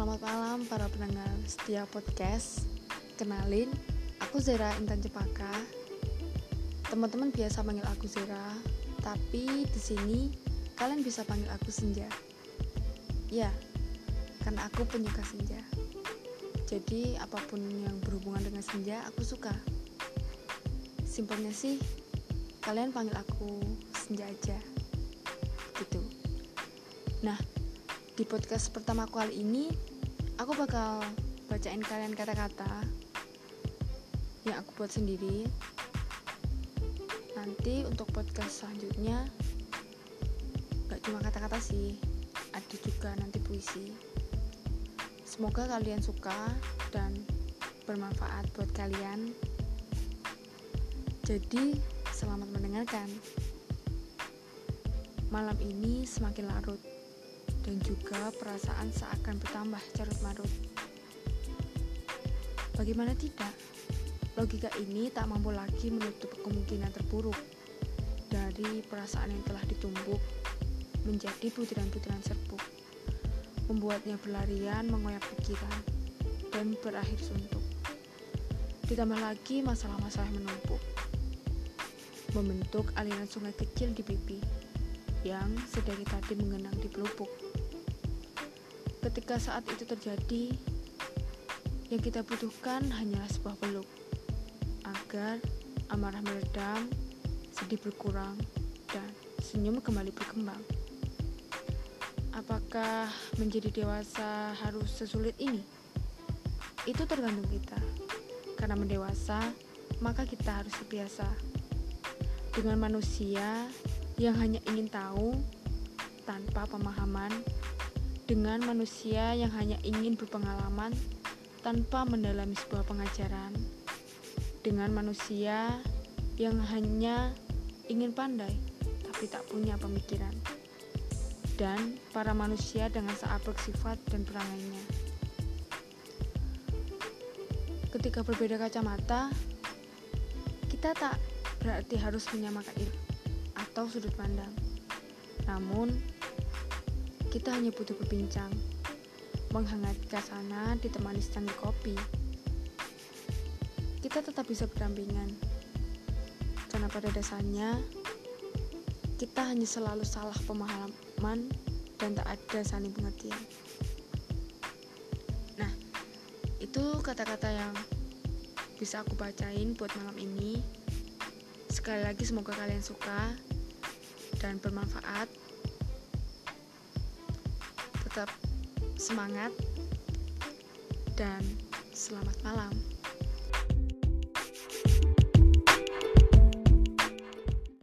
Selamat malam para pendengar setia podcast. Kenalin, aku Zera Intan Cepaka. Teman-teman biasa panggil aku Zera, tapi di sini kalian bisa panggil aku Senja. Ya, karena aku penyuka senja. Jadi apapun yang berhubungan dengan senja aku suka. Simpelnya sih, kalian panggil aku Senja aja. Gitu. Nah, di podcast pertama kali ini, aku bakal bacain kalian kata-kata yang aku buat sendiri. Nanti untuk podcast selanjutnya, gak cuma kata-kata sih, ada juga nanti puisi. Semoga kalian suka dan bermanfaat buat kalian. Jadi, selamat mendengarkan. Malam ini semakin larut, dan juga perasaan seakan bertambah carut-marut. Bagaimana tidak? Logika ini tak mampu lagi menutup kemungkinan terburuk dari perasaan yang telah ditumbuk menjadi butiran-butiran serbuk, membuatnya berlarian mengoyak pikiran dan berakhir suntuk. Ditambah lagi masalah-masalah menumpuk, membentuk aliran sungai kecil di pipi yang sedari tadi menggenang di pelupuk. Ketika saat itu terjadi, yang kita butuhkan hanyalah sebuah peluk, agar amarah meredam, sedih berkurang, dan senyum kembali berkembang. Apakah menjadi dewasa harus sesulit ini? Itu tergantung kita. Karena mendewasa, maka kita harus terbiasa dengan manusia yang hanya ingin tahu tanpa pemahaman, dengan manusia yang hanya ingin berpengalaman tanpa mendalami sebuah pengajaran, dengan manusia yang hanya ingin pandai tapi tak punya pemikiran, dan para manusia dengan seabrek sifat dan perangainya. Ketika berbeda kacamata, kita tak berarti harus menyamakan ilmu atau sudut pandang. Namun, kita hanya butuh berbincang, menghangatkan sana ditemani secangkir kopi. Kita tetap bisa berdampingan, karena pada dasarnya kita hanya selalu salah pemahaman dan tak ada saling pengertian. Nah, itu kata-kata yang bisa aku bacain buat malam ini. Sekali lagi semoga kalian suka dan bermanfaat. Tetap semangat dan selamat malam.